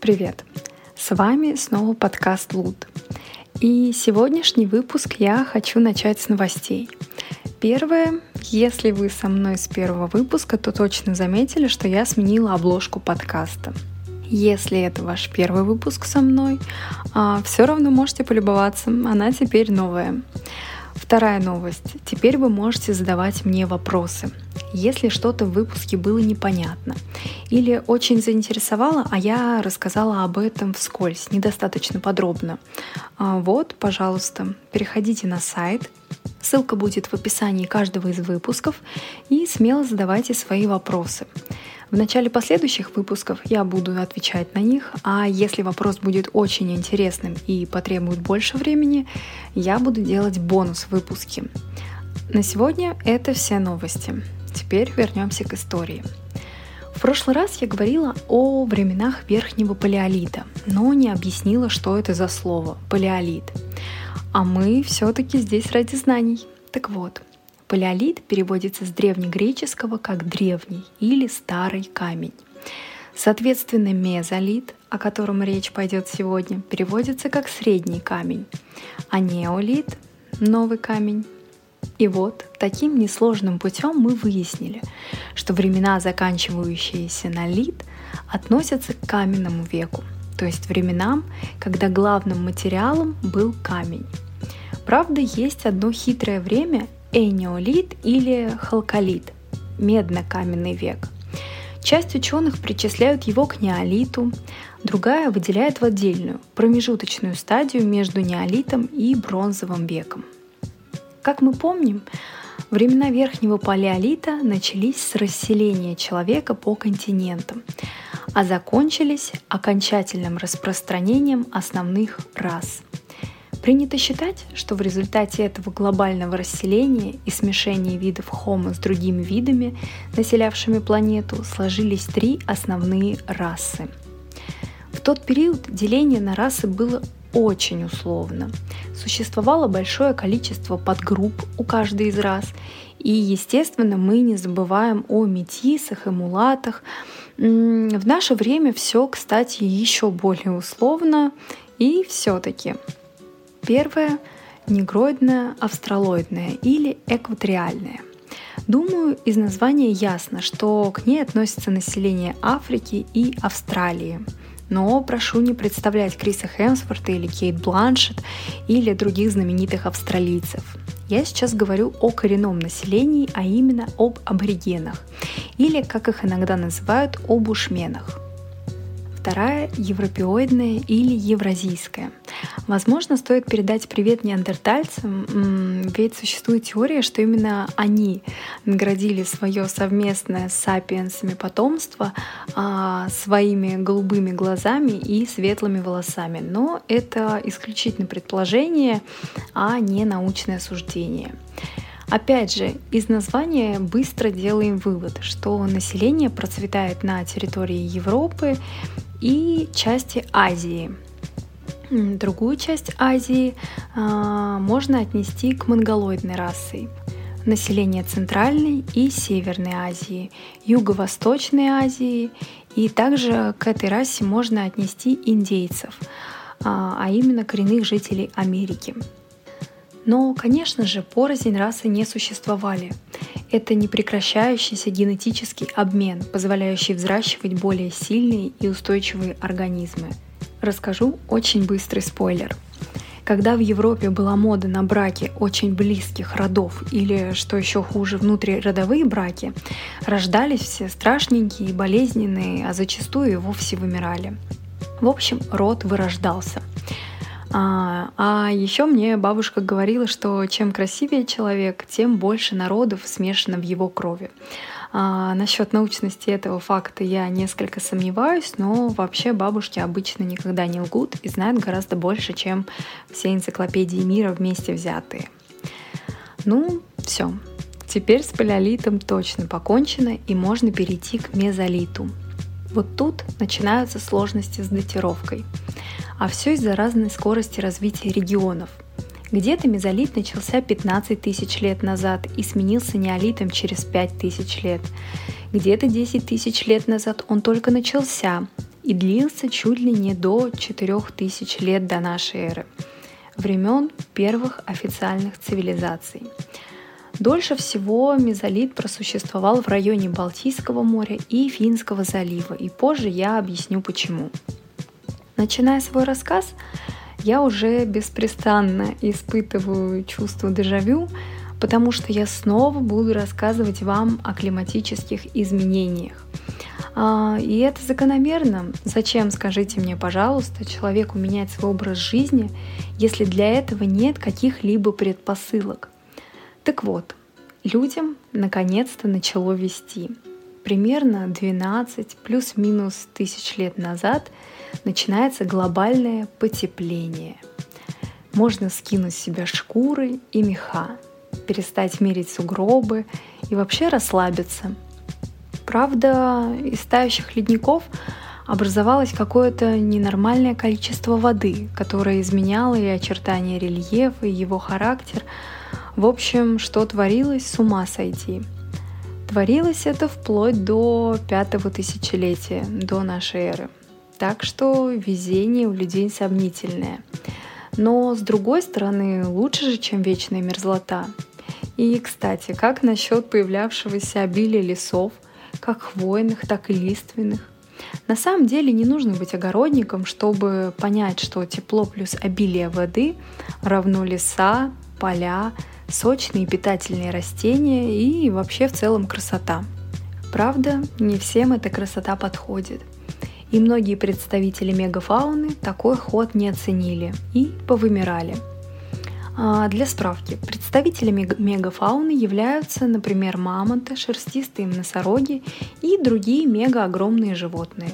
Привет! С вами снова подкаст Лут. И сегодняшний выпуск я хочу начать с новостей. Первое, если вы со мной с первого выпуска, то точно заметили, что я сменила обложку подкаста. Если это ваш первый выпуск со мной, все равно можете полюбоваться, она теперь новая. Вторая новость. Теперь вы можете задавать мне вопросы. Если что-то в выпуске было непонятно или очень заинтересовало, а я рассказала об этом вскользь, недостаточно подробно, вот, пожалуйста, переходите на сайт. Ссылка будет в описании каждого из выпусков и смело задавайте свои вопросы. В начале последующих выпусков я буду отвечать на них, а если вопрос будет очень интересным и потребует больше времени, я буду делать бонус-выпуски. На сегодня это все новости. Теперь вернемся к истории. В прошлый раз я говорила о временах Верхнего Палеолита, но не объяснила, что это за слово «палеолит». А мы все-таки здесь ради знаний. Так вот, палеолит переводится с древнегреческого как «древний» или «старый камень». Соответственно, мезолит, о котором речь пойдет сегодня, переводится как «средний камень», а неолит — «новый камень». И вот таким несложным путем мы выяснили, что времена, заканчивающиеся на лит, относятся к каменному веку, то есть временам, когда главным материалом был камень. Правда, есть одно хитрое время — энеолит или халколит, медно-каменный век. Часть ученых причисляют его к неолиту, другая выделяет в отдельную, промежуточную стадию между неолитом и бронзовым веком. Как мы помним, времена Верхнего Палеолита начались с расселения человека по континентам, а закончились окончательным распространением основных рас. Принято считать, что в результате этого глобального расселения и смешения видов Homo с другими видами, населявшими планету, сложились три основные расы. В тот период деление на расы было очень условно. Существовало большое количество подгрупп у каждой из рас, и, естественно, мы не забываем о метисах и мулатах. В наше время все, кстати, еще более условно, и все-таки. Первое — негроидное австралоидное или экваториальное. Думаю, из названия ясно, что к ней относится население Африки и Австралии. Но прошу не представлять Криса Хемсворта или Кейт Бланшетт или других знаменитых австралийцев. Я сейчас говорю о коренном населении, а именно об аборигенах, или, как их иногда называют, о бушменах. Вторая — европеоидная или евразийская. Возможно, стоит передать привет неандертальцам, ведь существует теория, что именно они наградили свое совместное с сапиенсами потомство своими голубыми глазами и светлыми волосами. Но это исключительно предположение, а не научное суждение. Опять же, из названия быстро делаем вывод, что население процветает на территории Европы и части Азии. Другую часть Азии можно отнести к монголоидной расе. Население Центральной и Северной Азии, Юго-Восточной Азии, и также к этой расе можно отнести индейцев, а именно коренных жителей Америки. Но, конечно же, порознь расы не существовали. Это непрекращающийся генетический обмен, позволяющий взращивать более сильные и устойчивые организмы. Расскажу очень быстрый спойлер. Когда в Европе была мода на браки очень близких родов или, что еще хуже, внутриродовые браки, рождались все страшненькие и болезненные, а зачастую и вовсе вымирали. В общем, род вырождался. А еще мне бабушка говорила, что чем красивее человек, тем больше народов смешано в его крови. Насчет научности этого факта я несколько сомневаюсь, но вообще бабушки обычно никогда не лгут и знают гораздо больше, чем все энциклопедии мира вместе взятые. Ну, все. Теперь с палеолитом точно покончено и можно перейти к мезолиту. Вот тут начинаются сложности с датировкой. А все из-за разной скорости развития регионов. Где-то мезолит начался 15 тысяч лет назад и сменился неолитом через 5 тысяч лет. Где-то 10 тысяч лет назад он только начался, и длился чуть ли не до 4000 лет до нашей эры, времен первых официальных цивилизаций. Дольше всего мезолит просуществовал в районе Балтийского моря и Финского залива, и позже я объясню почему. Начиная свой рассказ, я уже беспрестанно испытываю чувство дежавю, потому что я снова буду рассказывать вам о климатических изменениях. И это закономерно. Зачем, скажите мне, пожалуйста, человеку менять свой образ жизни, если для этого нет каких-либо предпосылок? Так вот, людям наконец-то начало вести. Примерно 12 плюс-минус тысяч лет назад начинается глобальное потепление. Можно скинуть с себя шкуры и меха, перестать мерить сугробы и вообще расслабиться. Правда, из тающих ледников образовалось какое-то ненормальное количество воды, которое изменяло и очертания рельефа, и его характер. В общем, что творилось, с ума сойти. Творилось это вплоть до 5-го тысячелетия до нашей эры. Так что везение у людей сомнительное. Но, с другой стороны, лучше же, чем вечная мерзлота. И, кстати, как насчет появлявшегося обилия лесов, как хвойных, так и лиственных? На самом деле не нужно быть огородником, чтобы понять, что тепло плюс обилие воды равно леса, поля, сочные и питательные растения и вообще в целом красота. Правда, не всем эта красота подходит. И многие представители мегафауны такой ход не оценили и повымирали. Для справки, представителями мегафауны являются, например, мамонты, шерстистые носороги и другие мегаогромные животные.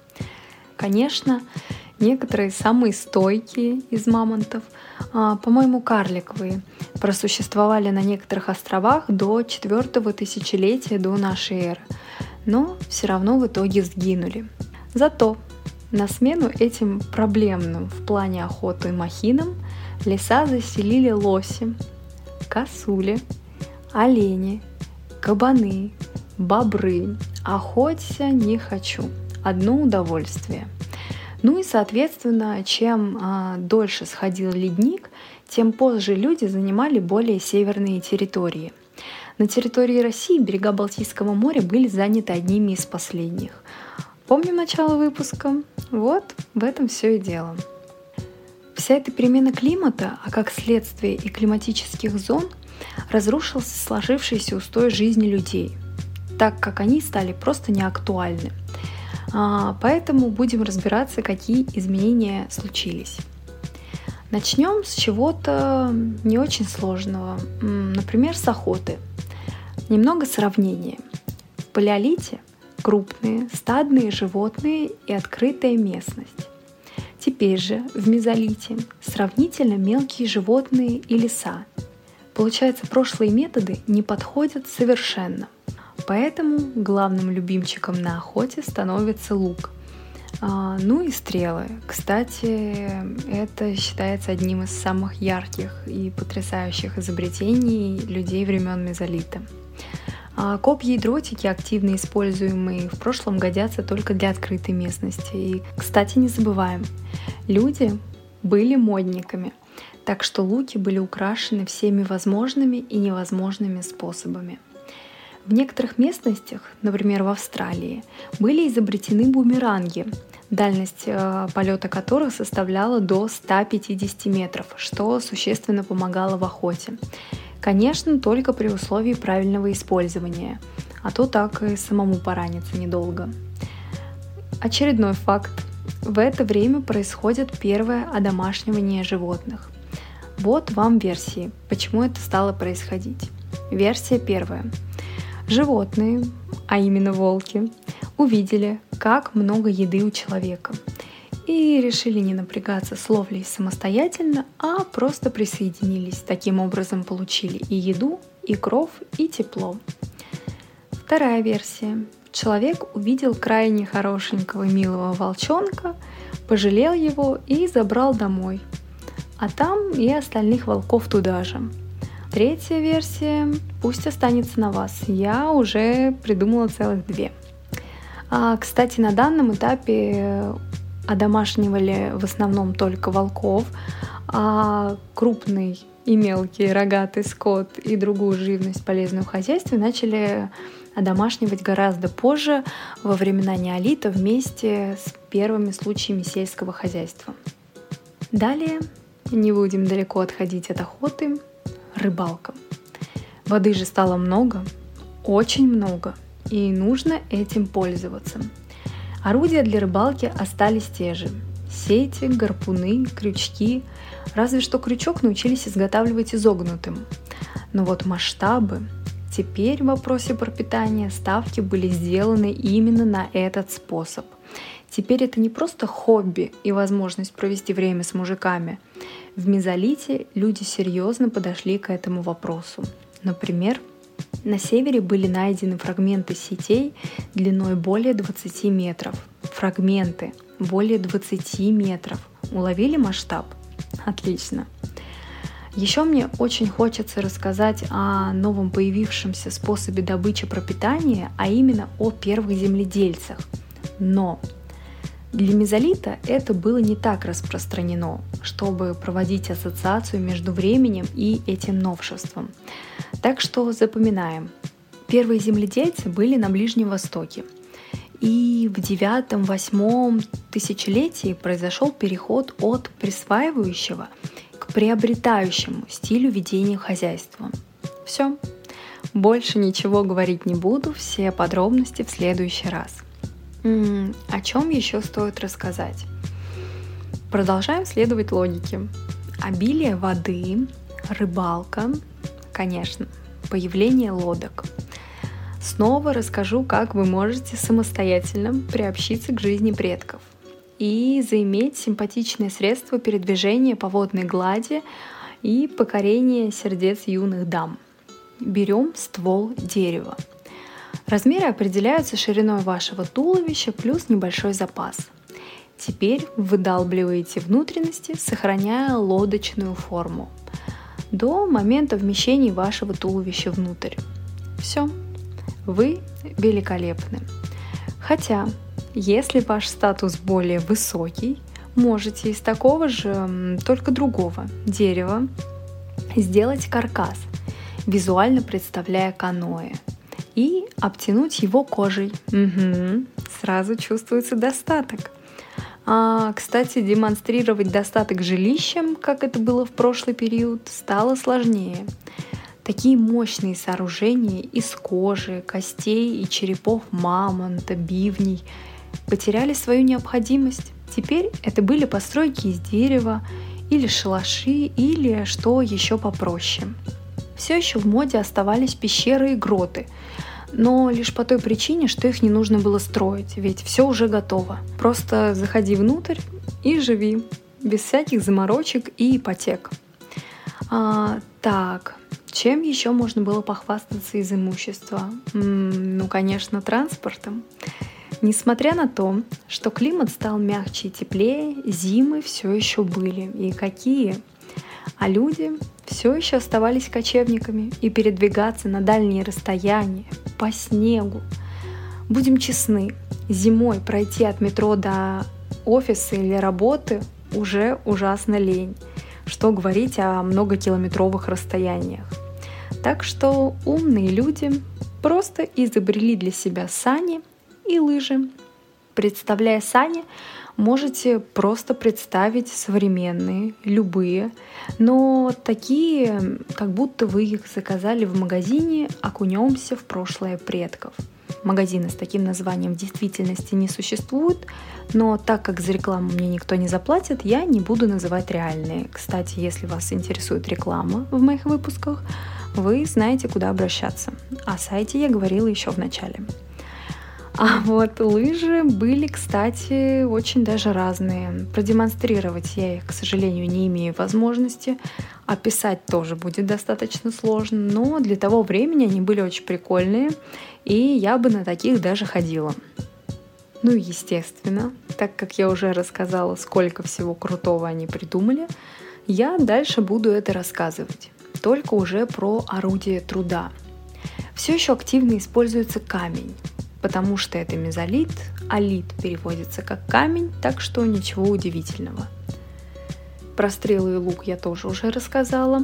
Конечно, некоторые самые стойкие из мамонтов, по-моему, карликовые, просуществовали на некоторых островах до 4-го тысячелетия до нашей эры, но все равно в итоге сгинули. Зато на смену этим проблемным в плане охоты махинам леса заселили лоси, косули, олени, кабаны, бобры. Охоться не хочу, одно удовольствие. Ну и, соответственно, чем дольше сходил ледник, тем позже люди занимали более северные территории. На территории России берега Балтийского моря были заняты одними из последних. Помним начало выпуска? Вот в этом все и дело. Вся эта перемена климата, а как следствие и климатических зон, разрушился сложившийся устой жизни людей, так как они стали просто неактуальны. Поэтому будем разбираться, какие изменения случились. Начнем с чего-то не очень сложного, например, с охоты. Немного сравнения. В палеолите крупные стадные животные и открытая местность. Теперь же в мезолите сравнительно мелкие животные и леса. Получается, прошлые методы не подходят совершенно. Поэтому главным любимчиком на охоте становится лук. Ну и стрелы. Кстати, это считается одним из самых ярких и потрясающих изобретений людей времен мезолита. Копья и дротики, активно используемые в прошлом, годятся только для открытой местности. И, кстати, не забываем, люди были модниками, так что луки были украшены всеми возможными и невозможными способами. В некоторых местностях, например, в Австралии, были изобретены бумеранги, дальность полета которых составляла до 150 метров, что существенно помогало в охоте. Конечно, только при условии правильного использования, а то так и самому пораниться недолго. Очередной факт. В это время происходит первое одомашнивание животных. Вот вам версии, почему это стало происходить. Версия первая. Животные, а именно волки, увидели, как много еды у человека, и решили не напрягаться с ловлей самостоятельно, а просто присоединились. Таким образом получили и еду, и кров, и тепло. Вторая версия. Человек увидел крайне хорошенького милого волчонка, пожалел его и забрал домой. А там и остальных волков туда же. Третья версия пусть останется на вас. Я уже придумала целых две. Кстати, на данном этапе одомашнивали в основном только волков, а крупный и мелкий рогатый скот и другую живность полезную в хозяйстве начали одомашнивать гораздо позже, во времена неолита, вместе с первыми случаями сельского хозяйства. Далее, не будем далеко отходить от охоты, рыбалка. Воды же стало много, очень много, и нужно этим пользоваться. Орудия для рыбалки остались те же. Сети, гарпуны, крючки. Разве что крючок научились изготавливать изогнутым. Но вот масштабы. Теперь в вопросе пропитания ставки были сделаны именно на этот способ. Теперь это не просто хобби и возможность провести время с мужиками. В мезолите люди серьезно подошли к этому вопросу. Например, на севере были найдены фрагменты сетей длиной более 20 метров. Фрагменты более 20 метров. Уловили масштаб? Отлично. Еще мне очень хочется рассказать о новом появившемся способе добычи пропитания, а именно о первых земледельцах. Но для мезолита это было не так распространено, чтобы проводить ассоциацию между временем и этим новшеством. Так что запоминаем. Первые земледельцы были на Ближнем Востоке. И в 9-8 тысячелетии произошел переход от присваивающего к приобретающему стилю ведения хозяйства. Все. Больше ничего говорить не буду, все подробности в следующий раз. О чем еще стоит рассказать? Продолжаем следовать логике. Обилие воды, рыбалка, конечно, появление лодок. Снова расскажу, как вы можете самостоятельно приобщиться к жизни предков и заиметь симпатичное средство передвижения по водной глади и покорения сердец юных дам. Берем ствол дерева. Размеры определяются шириной вашего туловища плюс небольшой запас. Теперь выдалбливаете внутренности, сохраняя лодочную форму до момента вмещения вашего туловища внутрь. Все. Вы великолепны. Хотя, если ваш статус более высокий, можете из такого же, только другого дерева сделать каркас, визуально представляя каноэ, и обтянуть его кожей. Сразу чувствуется достаток. Кстати, демонстрировать достаток жилищем, как это было в прошлый период, стало сложнее. Такие мощные сооружения из кожи, костей и черепов мамонта, бивней потеряли свою необходимость. Теперь это были постройки из дерева, или шалаши, или что еще попроще. Все еще в моде оставались пещеры и гроты, но лишь по той причине, что их не нужно было строить, ведь все уже готово. Просто заходи внутрь и живи, без всяких заморочек и ипотек. Чем еще можно было похвастаться из имущества? Конечно, транспортом. Несмотря на то, что климат стал мягче и теплее, зимы все еще были. И какие? А люди все еще оставались кочевниками, и передвигаться на дальние расстояния, по снегу. Будем честны, зимой пройти от метро до офиса или работы уже ужасно лень. Что говорить о многокилометровых расстояниях. Так что умные люди просто изобрели для себя сани и лыжи. Представляя сани, можете просто представить современные, любые, но такие, как будто вы их заказали в магазине «Окунемся в прошлое предков». Магазины с таким названием в действительности не существуют, но так как за рекламу мне никто не заплатит, я не буду называть реальные. Кстати, если вас интересует реклама в моих выпусках, вы знаете, куда обращаться. О сайте я говорила еще в начале. А вот лыжи были, кстати, очень даже разные. Продемонстрировать я их, к сожалению, не имею возможности. Описать тоже будет достаточно сложно, но для того времени они были очень прикольные, и я бы на таких даже ходила. Ну и естественно, так как я уже рассказала, сколько всего крутого они придумали, я дальше буду это рассказывать, только уже про орудие труда. Все еще активно используется камень. потому что это мезолит, а лит переводится как камень, так что ничего удивительного. Про стрелы и лук я тоже уже рассказала.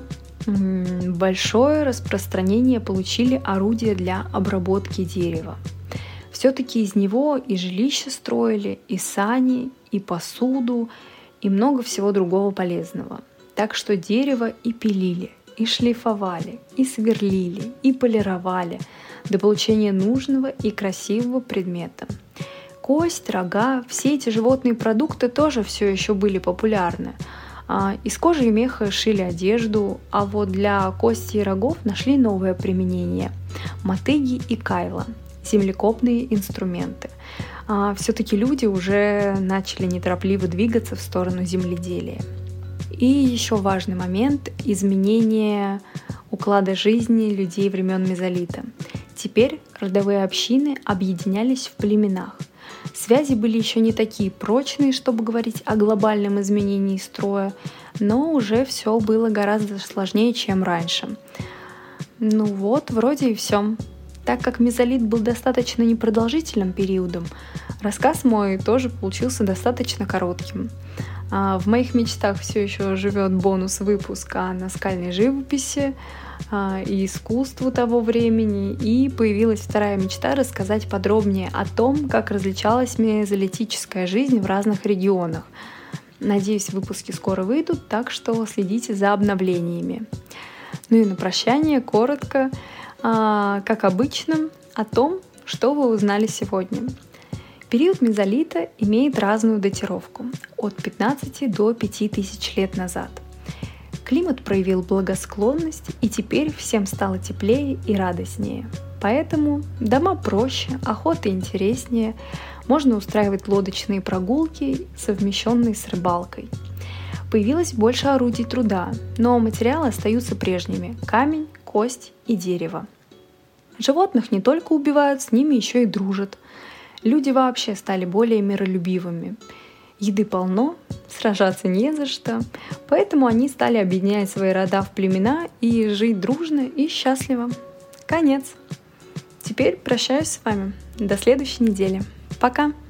Большое распространение получили орудия для обработки дерева. Все-таки из него и жилища строили, и сани, и посуду, и много всего другого полезного. Так что дерево и пилили, и шлифовали, и сверлили, и полировали до получения нужного и красивого предмета. Кость, рога, все эти животные продукты тоже все еще были популярны. Из кожи и меха шили одежду, а вот для кости и рогов нашли новое применение – мотыги и кайла, землекопные инструменты. Все-таки люди уже начали неторопливо двигаться в сторону земледелия. И еще важный момент – изменение уклада жизни людей времен мезолита. Теперь родовые общины объединялись в племенах. Связи были еще не такие прочные, чтобы говорить о глобальном изменении строя, но уже все было гораздо сложнее, чем раньше. Ну вот, вроде и все. Так как мезолит был достаточно непродолжительным периодом, рассказ мой тоже получился достаточно коротким. В моих мечтах все еще живет бонус выпуска о наскальной живописи и искусству того времени, и появилась вторая мечта рассказать подробнее о том, как различалась мезолитическая жизнь в разных регионах. Надеюсь, выпуски скоро выйдут, так что следите за обновлениями. Ну и на прощание коротко, как обычно, о том, что вы узнали сегодня. Период мезолита имеет разную датировку – от 15 до 5000 лет назад. Климат проявил благосклонность, и теперь всем стало теплее и радостнее. Поэтому дома проще, охота интереснее, можно устраивать лодочные прогулки, совмещенные с рыбалкой. Появилось больше орудий труда, но материалы остаются прежними – камень, кость и дерево. Животных не только убивают, с ними еще и дружат. Люди вообще стали более миролюбивыми. Еды полно, сражаться не за что, поэтому они стали объединять свои рода в племена и жить дружно и счастливо. Конец. Теперь прощаюсь с вами. До следующей недели. Пока!